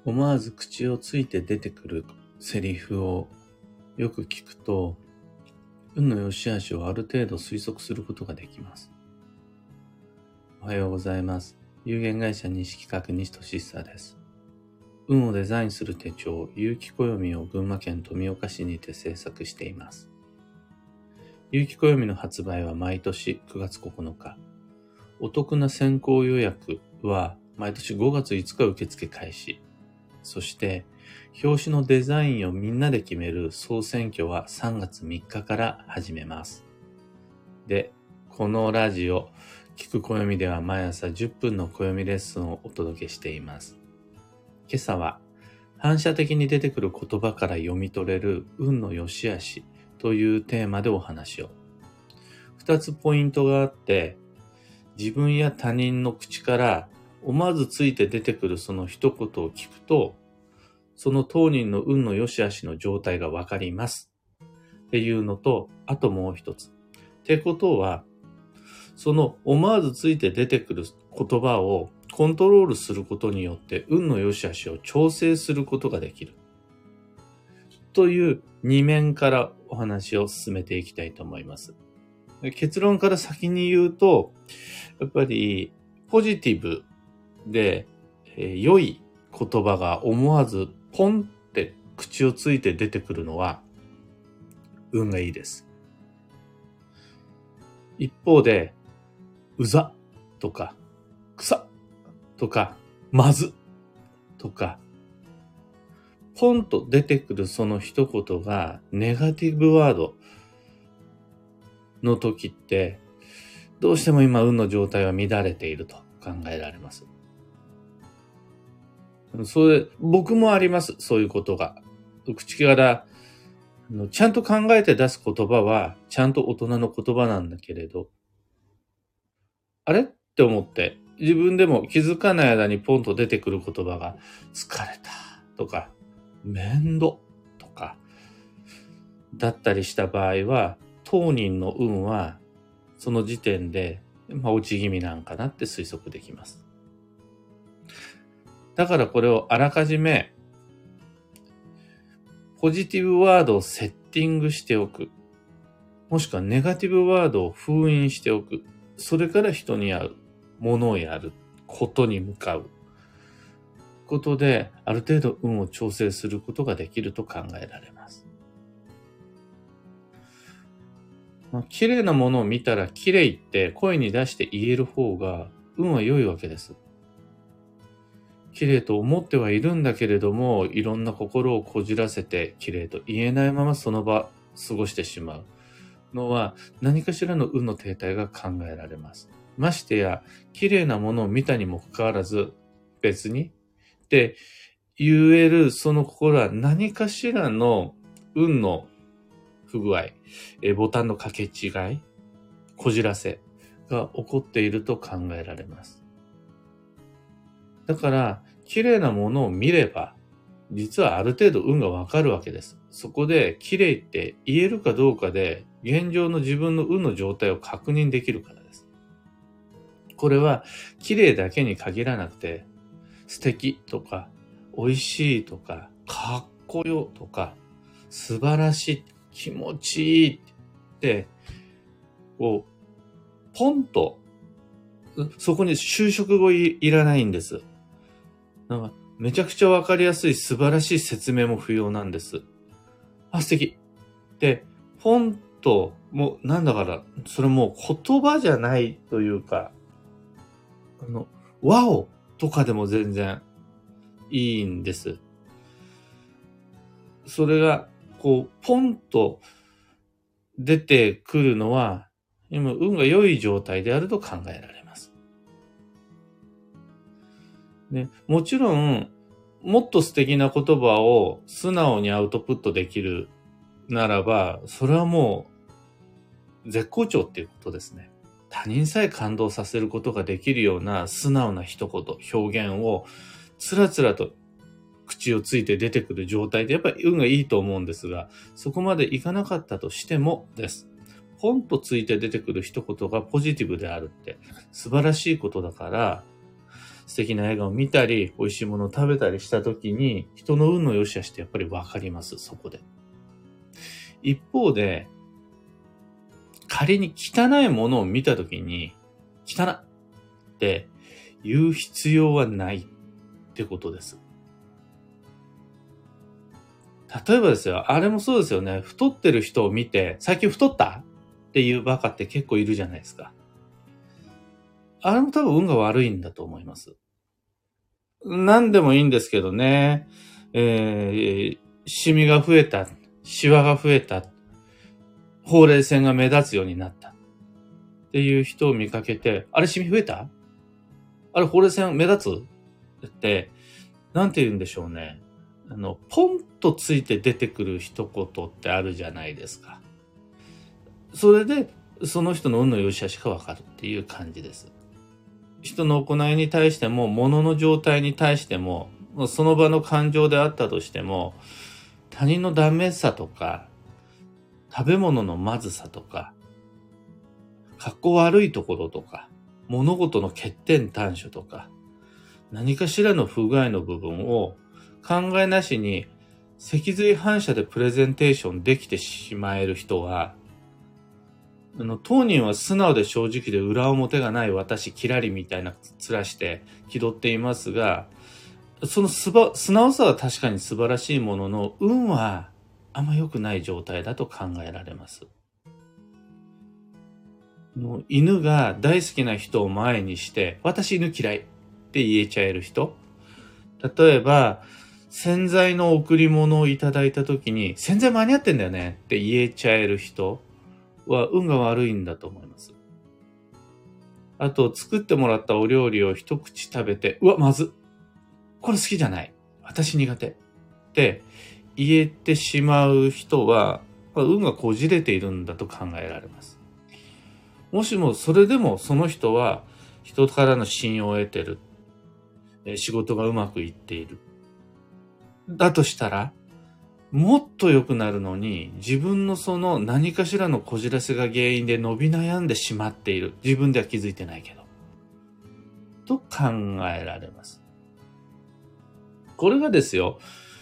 思わず口をついて出てくるセリフをよく聞くと、運の良し悪しをある程度推測することができます。おはようございます。有限会社西企画西俊久です。運をデザインする手帳、有機暦を群馬県富岡市にて制作しています。有機暦の発売は毎年9月9日。お得な先行予約は毎年5月5日受付開始。そして、表紙のデザインをみんなで決める総選挙は3月3日から始めます。で、このラジオ、聞く暦では毎朝10分の暦レッスンをお届けしています。今朝は、反射的に出てくる言葉から読み取れる運の良し悪しというテーマでお話を。2つポイントがあって、自分や他人の口から思わずついて出てくるその一言を聞くと、その当人の運の良し悪しの状態がわかりますっていうのと、あともう一つ。ってことは、その思わずついて出てくる言葉をコントロールすることによって運の良し悪しを調整することができる。という二面からお話を進めていきたいと思います。結論から先に言うと、やっぱりポジティブで、良い言葉が思わずポンって口をついて出てくるのは運がいいです。一方で、うざとか、くさとか、まずとか、ポンと出てくるその一言がネガティブワードの時って、どうしても今運の状態は乱れていると考えられます。僕もあります、そういうことが。口からちゃんと考えて出す言葉は、ちゃんと大人の言葉なんだけれど、あれって思って、自分でも気づかない間にポンと出てくる言葉が、疲れたとか、面倒とか、だったりした場合は、当人の運は、その時点で、落ち気味なんかなって推測できます。だからこれをあらかじめ、ポジティブワードをセッティングしておく。もしくはネガティブワードを封印しておく。それから人に会う。ものをやる。ことに向かう。ことで、ある程度運を調整することができると考えられます。綺麗なものを見たら綺麗って声に出して言える方が運は良いわけです。綺麗と思ってはいるんだけれども、いろんな心をこじらせて綺麗と言えないままその場過ごしてしまうのは何かしらの運の停滞が考えられます。ましてや、綺麗なものを見たにもかかわらず別にって言えるその心は何かしらの運の不具合、ボタンの掛け違い、こじらせが起こっていると考えられます。だから、綺麗なものを見れば、実はある程度運がわかるわけです。そこで、綺麗って言えるかどうかで、現状の自分の運の状態を確認できるからです。これは、綺麗だけに限らなくて、素敵とか、美味しいとか、かっこよとか、素晴らしい、気持ちいいって、ポンと、そこに修飾語いらないんです。なんかめちゃくちゃわかりやすい素晴らしい説明も不要なんです。あ、素敵。で、ポンと、もうなんだから、それもう言葉じゃないというか、ワオとかでも全然いいんです。それが、ポンと出てくるのは、今、運が良い状態であると考えられます。ね、もちろん、もっと素敵な言葉を素直にアウトプットできるならば、それはもう絶好調っていうことですね。他人さえ感動させることができるような素直な一言、表現をつらつらと口をついて出てくる状態でやっぱり運がいいと思うんですが、そこまでいかなかったとしてもです。ポンとついて出てくる一言がポジティブであるって素晴らしいことだから、 素敵な映画を見たり、美味しいものを食べたりしたときに、人の運の良し悪しってやっぱりわかります、そこで。一方で、仮に汚いものを見たときに、汚って言う必要はないってことです。例えばですよ、あれもそうですよね。太ってる人を見て、最近太ったっていうバカって結構いるじゃないですか。あれも多分運が悪いんだと思います。何でもいいんですけどね。シミが増えた、シワが増えた、ほうれい線が目立つようになったっていう人を見かけて、あれシミ増えた？あれほうれい線目立つ？って、なんて言うんでしょうね。ポンとついて出てくる一言ってあるじゃないですか。それで、その人の運の良し悪しかわかるっていう感じです。人の行いに対しても、物の状態に対しても、その場の感情であったとしても、他人のダメさとか、食べ物のまずさとか、格好悪いところとか、物事の欠点短所とか、何かしらの不具合の部分を考えなしに脊髄反射でプレゼンテーションできてしまえる人は、当人は素直で正直で裏表がない私キラリみたいな面して気取っていますが、その素直さは確かに素晴らしいものの、運はあんま良くない状態だと考えられます。犬が大好きな人を前にして、私犬嫌いって言えちゃえる人。例えば、洗剤の贈り物をいただいたときに、洗剤間に合ってんだよねって言えちゃえる人は運が悪いんだと思います。あと、作ってもらったお料理を一口食べて、うわ、まずっ。これ好きじゃない。私苦手。って言えてしまう人は、運がこじれているんだと考えられます。もしもそれでもその人は人からの信用を得てる。仕事がうまくいっている。だとしたら、もっと良くなるのに、自分のその何かしらのこじらせが原因で伸び悩んでしまっている。自分では気づいてないけど。と考えられます。これがですよ、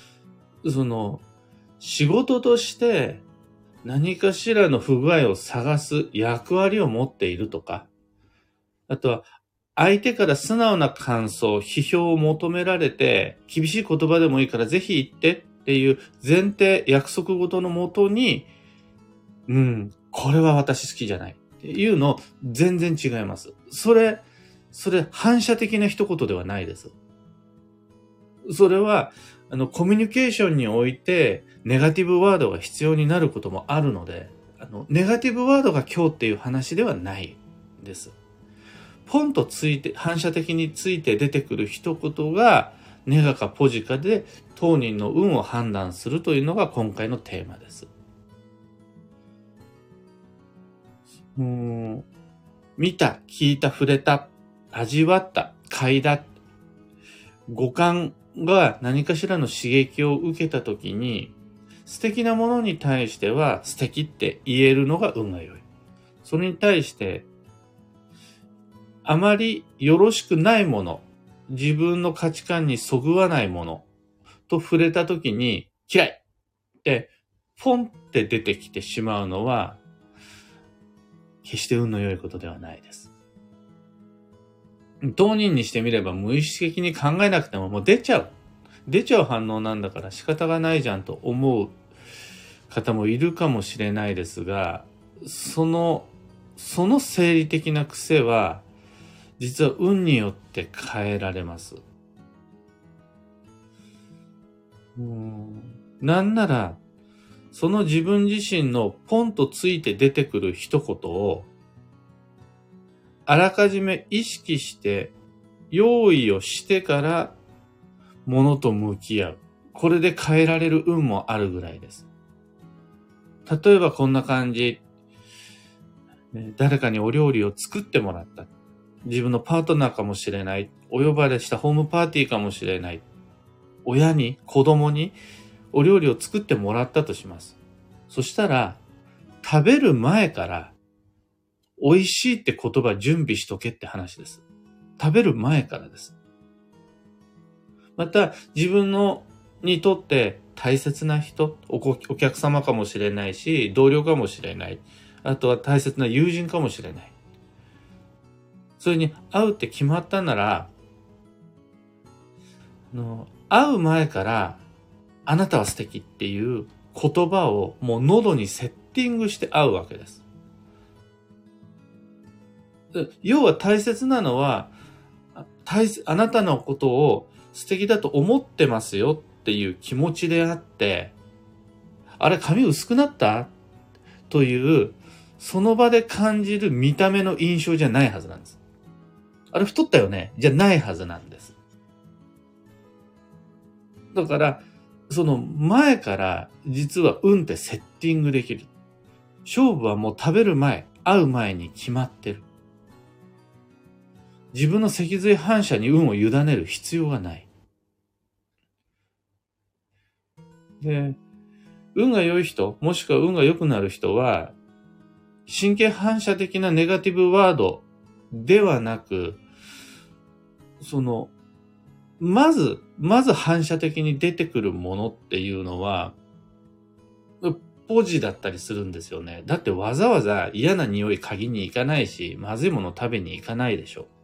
仕事として何かしらの不具合を探す役割を持っているとか、あとは相手から素直な感想、批評を求められて、厳しい言葉でもいいからぜひ言ってっていう前提、約束事のもとに、これは私好きじゃないっていうの全然違います。それ反射的な一言ではないです。それは、コミュニケーションにおいて、ネガティブワードが必要になることもあるので、ネガティブワードが今日っていう話ではないです。ポンとついて、反射的について出てくる一言が、ネガかポジかで当人の運を判断するというのが今回のテーマです。見た、聞いた、触れた、味わった、嗅いだ、五感が何かしらの刺激を受けたときに、素敵なものに対しては素敵って言えるのが運が良い。それに対して、あまりよろしくないもの、自分の価値観にそぐわないものと触れたときに、嫌いってポンって出てきてしまうのは、決して運の良いことではないです。当人にしてみれば無意識的に考えなくてももう出ちゃう反応なんだから仕方がないじゃんと思う方もいるかもしれないですが、その生理的な癖は実は運によって変えられます。なんならその自分自身のポンとついて出てくる一言をあらかじめ意識して用意をしてから物と向き合う。これで変えられる運もあるぐらいです。例えばこんな感じ。誰かにお料理を作ってもらった。自分のパートナーかもしれない。お呼ばれしたホームパーティーかもしれない。親に、子供にお料理を作ってもらったとします。そしたら、食べる前から美味しいって言葉準備しとけって話です。食べる前からです。 また、自分にとって大切な人、お客様かもしれないし、同僚かもしれない。あとは大切な友人かもしれない。それに会うって決まったなら、会う前からあなたは素敵っていう言葉をもう喉にセッティングして会うわけです。要は大切なのは、あなたのことを素敵だと思ってますよっていう気持ちであって、あれ髪薄くなったというその場で感じる見た目の印象じゃないはずなんです。あれ太ったよねじゃないはずなんです。だから、その前から実は運ってセッティングできる。勝負はもう食べる前、会う前に決まってる。自分の脊髄反射に運を委ねる必要がない。で、運が良い人、もしくは運が良くなる人は、神経反射的なネガティブワードではなく、まず反射的に出てくるものっていうのは、ポジだったりするんですよね。だってわざわざ嫌な匂い嗅ぎに行かないし、まずいもの食べに行かないでしょ。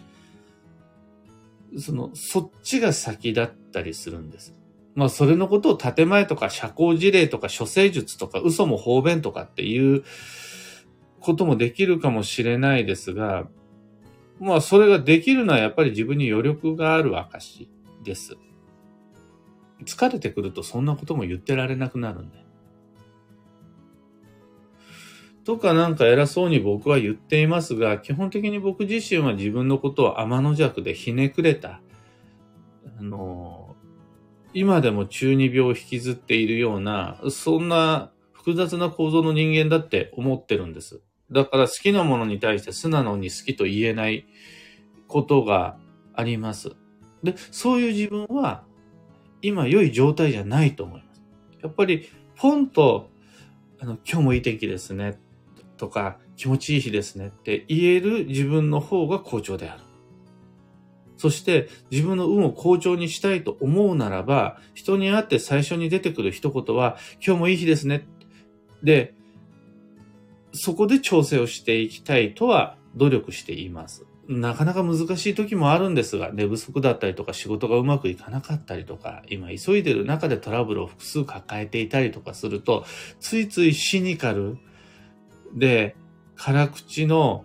そっちが先だったりするんです。まあそれのことを建前とか社交辞令とか処世術とか嘘も方便とかっていうこともできるかもしれないですが、まあそれができるのはやっぱり自分に余力がある証です。疲れてくるとそんなことも言ってられなくなるんで。とかなんか偉そうに僕は言っていますが、基本的に僕自身は自分のことを天の弱でひねくれた、今でも中二病を引きずっているような、そんな複雑な構造の人間だって思ってるんです。だから好きなものに対して素直に好きと言えないことがあります。で、そういう自分は今良い状態じゃないと思います。やっぱりポンと今日もいい天気ですねとか気持ちいい日ですねって言える自分の方が好調である。そして自分の運を好調にしたいと思うならば、人に会って最初に出てくる一言は今日もいい日ですね。で、そこで調整をしていきたいとは努力しています。なかなか難しい時もあるんですが、寝不足だったりとか仕事がうまくいかなかったりとか、今急いでる中でトラブルを複数抱えていたりとかすると、ついついシニカルで、辛口の、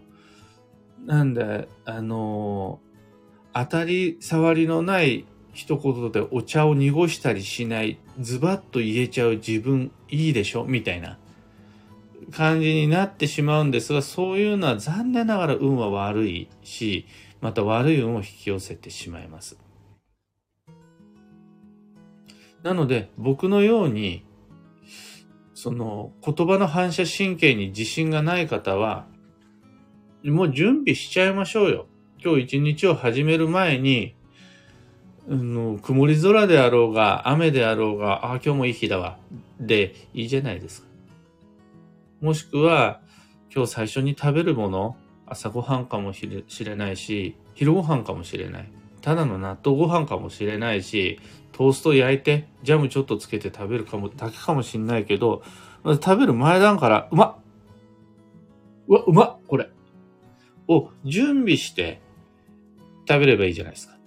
当たり障りのない一言でお茶を濁したりしない、ズバッと言えちゃう自分いいでしょみたいな感じになってしまうんですが、そういうのは残念ながら運は悪いし、また悪い運を引き寄せてしまいます。なので、僕のように、言葉の反射神経に自信がない方は、もう準備しちゃいましょうよ。今日一日を始める前に、曇り空であろうが、雨であろうが、今日もいい日だわ。で、いいじゃないですか。もしくは、今日最初に食べるもの、朝ごはんかもしれないし、昼ごはんかもしれない。ただの納豆ご飯かもしれないし、トースト焼いて、ジャムちょっとつけて食べるだけかもしれないけど、食べる前段から、うまっこれ。を準備して食べればいいじゃないですか。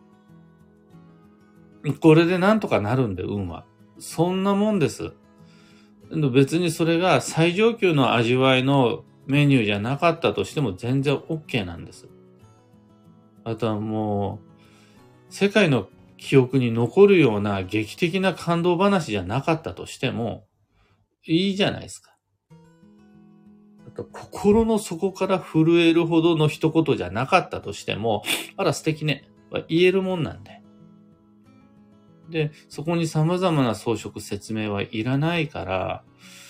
これでなんとかなるんで、運は。そんなもんです。別にそれが最上級の味わいのメニューじゃなかったとしても全然 OK なんです。あとはもう、世界の記憶に残るような劇的な感動話じゃなかったとしても、いいじゃないですか。あと心の底から震えるほどの一言じゃなかったとしても、あら素敵ね、は言えるもんなんで。で、そこに様々な装飾説明はいらないから、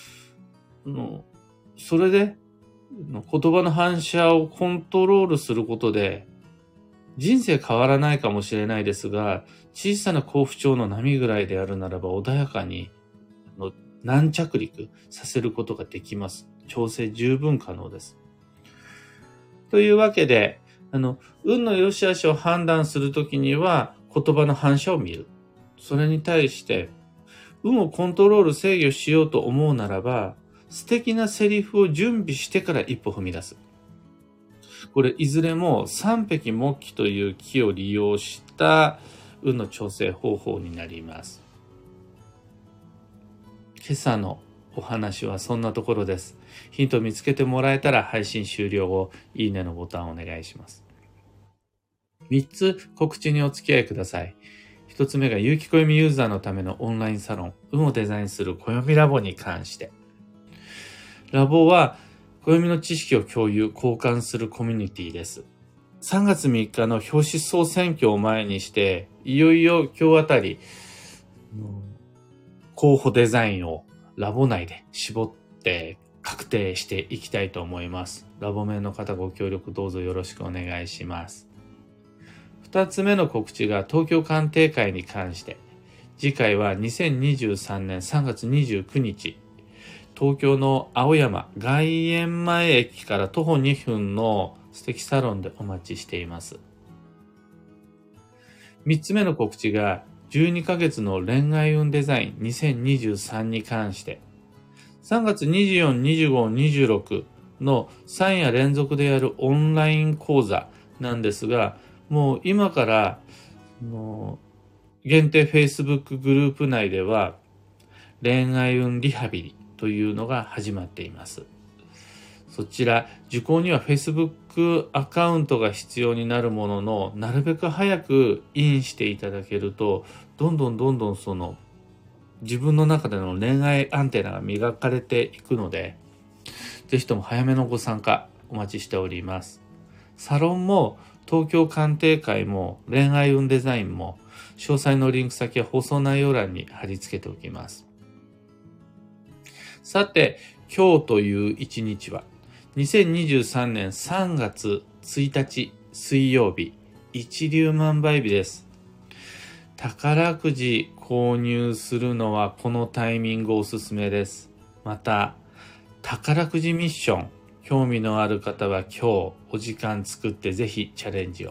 それで、言葉の反射をコントロールすることで、人生変わらないかもしれないですが、小さな好不調の波ぐらいであるならば穏やかに軟着陸させることができます。調整十分可能です。というわけで、運の良し悪しを判断するときには、 言葉の反射を見る。それに対して、運をコントロール制御しようと思うならば、素敵なセリフを準備してから一歩踏み出す。これいずれも三匹木器という木を利用した運の調整方法になります。今朝のお話はそんなところです。ヒントを見つけてもらえたら配信終了後、いいねのボタンをお願いします。3つ告知にお付き合いください。1つ目が有機暦ユーザーのためのオンラインサロン、運をデザインする暦ラボに関して。ラボは暦の知識を共有、交換するコミュニティです。3月3日の表紙総選挙を前にして、いよいよ今日あたり、候補デザインをラボ内で絞って確定していきたいと思います。ラボ面の方ご協力どうぞよろしくお願いします。2つ目の告知が東京鑑定会に関して。次回は2023年3月29日、東京の青山外苑前駅から徒歩2分の素敵サロンでお待ちしています。3つ目の告知が12ヶ月の恋愛運デザイン2023に関して、3月24、25、26の3夜連続でやるオンライン講座なんですが、もう今から限定 Facebook グループ内では恋愛運リハビリというのが始まっています。そちら受講には Facebook アカウントが必要になるものの、なるべく早くインしていただけると、どんどんその自分の中での恋愛アンテナが磨かれていくので、ぜひとも早めのご参加お待ちしております。サロンも東京鑑定会も恋愛運デザインも詳細のリンク先は放送内容欄に貼り付けておきます。さて、今日という一日は2023年3月1日水曜日、一粒万倍日です。宝くじ購入するのはこのタイミングおすすめです。また、宝くじミッション、興味のある方は今日お時間作ってぜひチャレンジを。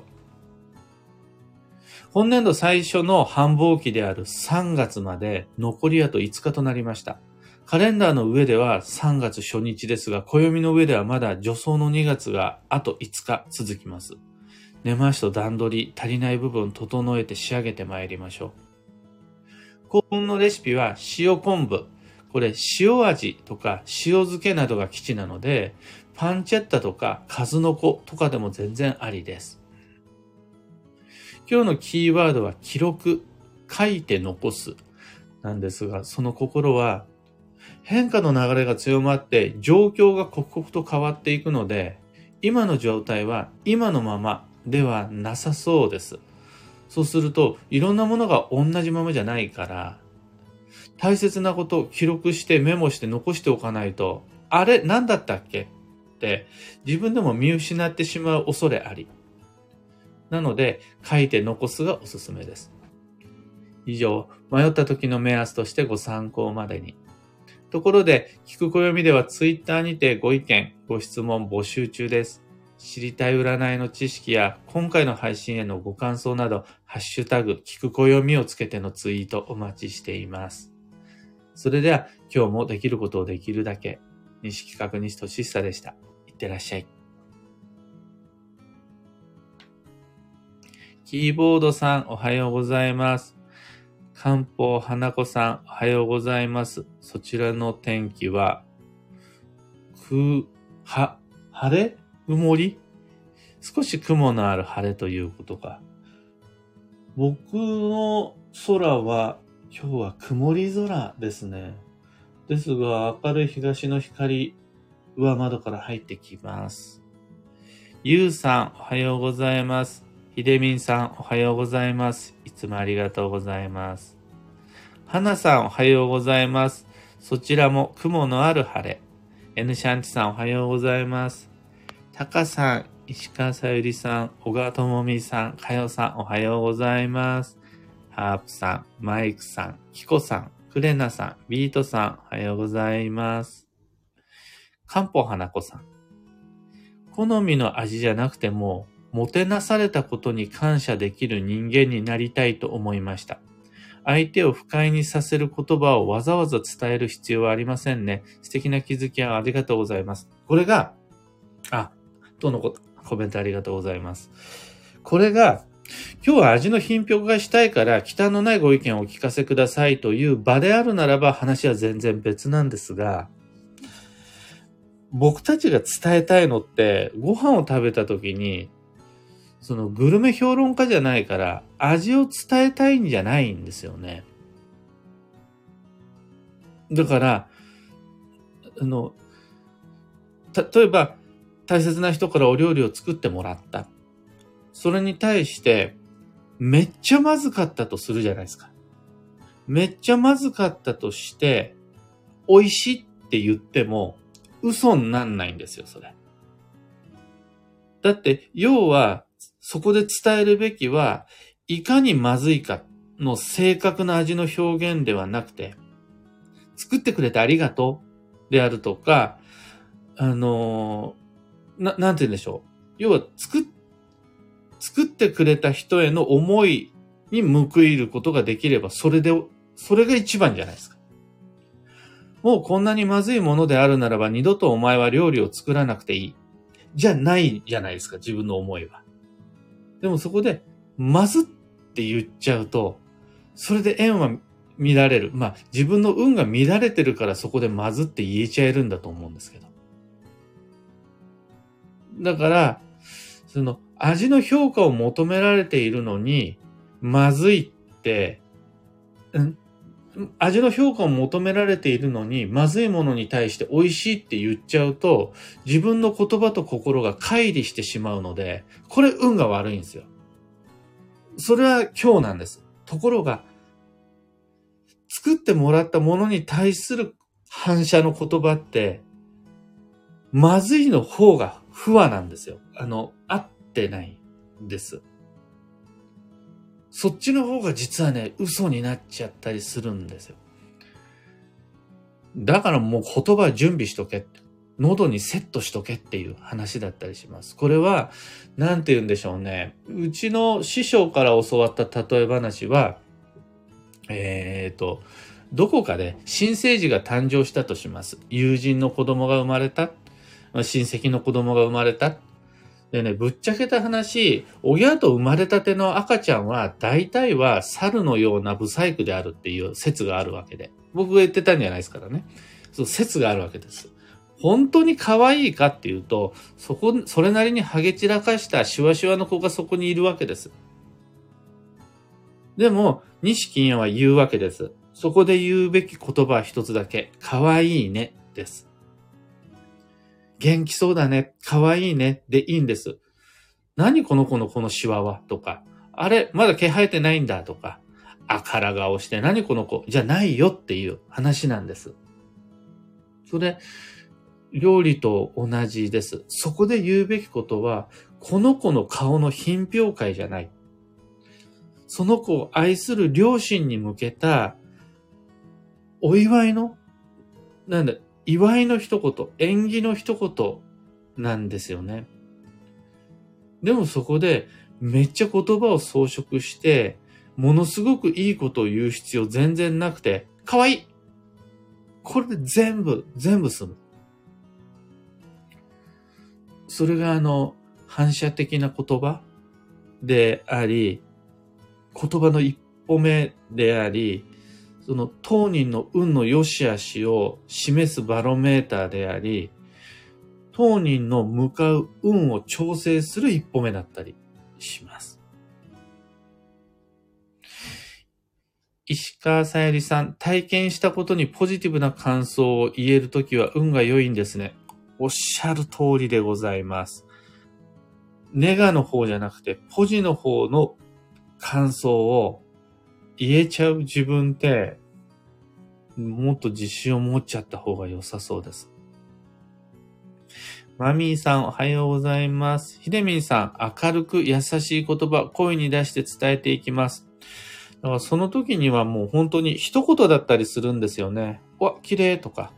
本年度最初の繁忙期である3月まで残りあと5日となりました。カレンダーの上では3月初日ですが、暦の上ではまだ助走の2月があと5日続きます。根回しと段取り、足りない部分整えて仕上げてまいりましょう。幸運のレシピは塩昆布。これ塩味とか塩漬けなどが基地なので、パンチェッタとか数の子とかでも全然ありです。今日のキーワードは記録、書いて残すなんですが、その心は変化の流れが強まって状況が刻々と変わっていくので、今の状態は今のままではなさそうです。そうするといろんなものが同じままじゃないから、大切なことを記録してメモして残しておかないと、あれ何だったっけって自分でも見失ってしまう恐れあり。なので書いて残すがおすすめです。以上、迷った時の目安としてご参考までに。ところで、聞く暦ではツイッターにてご意見、ご質問募集中です。知りたい占いの知識や今回の配信へのご感想など、ハッシュタグ、聞く暦をつけてのツイートお待ちしています。それでは、今日もできることをできるだけ。西企画西俊久でした。いってらっしゃい。キーボードさん、おはようございます。漢方花子さん、おはようございます。そちらの天気は、晴れ曇り少し雲のある晴れということか。僕の空は、今日は曇り空ですね。ですが、明るい東の光は窓から入ってきます。ゆうさん、おはようございます。ひでみんさん、おはようございます。いつもありがとうございます。はなさん、おはようございます。そちらも雲のある晴れ。N シャンチさん、おはようございます。たかさん、石川さゆりさん、小川ともみさん、かよさん、おはようございます。ハープさん、マイクさん、キコさん、クレナさん、ビートさん、おはようございます。漢方花子さん。好みの味じゃなくても、 もてなされたことに感謝できる人間になりたいと思いました。相手を不快にさせる言葉をわざわざ伝える必要はありませんね。素敵な気づきをありがとうございます。これが、とのコメントありがとうございます。これが、今日は味の品評がしたいから忌憚のないご意見をお聞かせくださいという場であるならば話は全然別なんですが、僕たちが伝えたいのってご飯を食べた時にそのグルメ評論家じゃないから味を伝えたいんじゃないんですよね。だから例えば大切な人からお料理を作ってもらった。それに対してめっちゃまずかったとするじゃないですか。めっちゃまずかったとして美味しいって言っても嘘になんないんですよ、それ。だって要はそこで伝えるべきはいかにまずいかの正確な味の表現ではなくて、作ってくれてありがとうであるとか、なんて言うんでしょう。要は作ってくれた人への思いに報いることができれば、それが一番じゃないですか。もうこんなにまずいものであるならば二度とお前は料理を作らなくていい。じゃないじゃないですか、自分の思いは。でもそこで、まずって言っちゃうと、それで縁は乱れる。自分の運が乱れてるからそこでまずって言えちゃえるんだと思うんですけど。だから、味の評価を求められているのに、まずいって、味の評価を求められているのに、まずいものに対して美味しいって言っちゃうと、自分の言葉と心が乖離してしまうので、これ運が悪いんですよ。それは今日なんです。ところが、作ってもらったものに対する反射の言葉って、まずいの方が不和なんですよ。合ってないんです。そっちの方が実はね、嘘になっちゃったりするんですよ。だからもう言葉準備しとけ。喉にセットしとけっていう話だったりします。これは、なんて言うんでしょうね。うちの師匠から教わった例え話は、どこかで新生児が誕生したとします。友人の子供が生まれた。親戚の子供が生まれた。でね、ぶっちゃけた話、親と生まれたての赤ちゃんは、大体は猿のようなブサイクであるっていう説があるわけで。僕が言ってたんじゃないですからね。そう、説があるわけです。本当に可愛いかっていうと、それなりにハゲ散らかしたシワシワの子がそこにいるわけです。でも、西金也は言うわけです。そこで言うべき言葉は一つだけ。可愛いね、です。元気そうだね、可愛いね、でいいんです。何この子のこのシワはとか、あれ、まだ毛生えてないんだとか、あから顔して何この子じゃないよっていう話なんです。それ、料理と同じです。そこで言うべきことは、この子の顔の品評会じゃない。その子を愛する両親に向けた、お祝いの、祝いの一言、縁起の一言なんですよね。でもそこでめっちゃ言葉を装飾して、ものすごくいいことを言う必要全然なくて、可愛い。これで全部済む。それが反射的な言葉であり、言葉の一歩目であり、その当人の運の良し悪しを示すバロメーターであり、当人の向かう運を調整する一歩目だったりします。石川さゆりさん、体験したことにポジティブな感想を言えるときは運が良いんですね。おっしゃる通りでございます。ネガの方じゃなくて、ポジの方の感想を言えちゃう自分って、もっと自信を持っちゃった方が良さそうです。マミーさん、おはようございます。ひでみんさん、明るく優しい言葉、声に出して伝えていきます。だからその時にはもう本当に一言だったりするんですよね。わ、綺麗とか、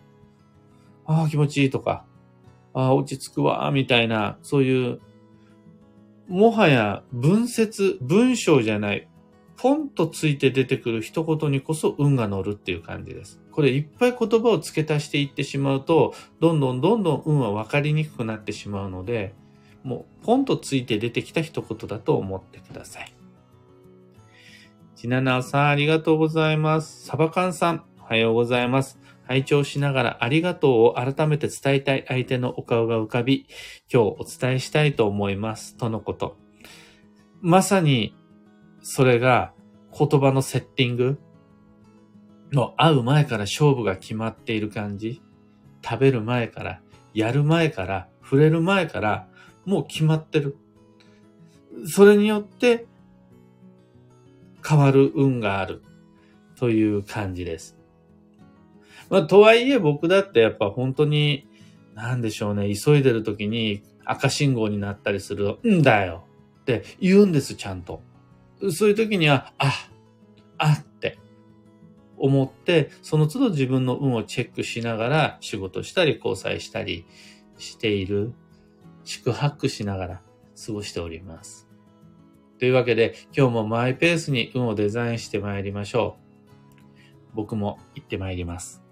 気持ちいいとか、落ち着くわ、みたいな、そういうもはや文章じゃない、ポンとついて出てくる一言にこそ運が乗るっていう感じです。これいっぱい言葉を付け足していってしまうと、どんどん運は分かりにくくなってしまうので、もうポンとついて出てきた一言だと思ってください。ちななさんありがとうございます。サバカンさんおはようございます。拝聴しながらありがとうを改めて伝えたい相手のお顔が浮かび、今日お伝えしたいと思います。とのこと。まさにそれが言葉のセッティングの会う前から勝負が決まっている感じ。食べる前から、やる前から、触れる前から、もう決まってる。それによって変わる運があるという感じです。とはいえ僕だってやっぱ本当に、なんでしょうね、急いでる時に赤信号になったりすると、んだよって言うんです、ちゃんと。そういう時には、って思って、その都度自分の運をチェックしながら仕事したり交際したりしている、四苦八苦しながら過ごしております。というわけで、今日もマイペースに運をデザインしてまいりましょう。僕も行ってまいります。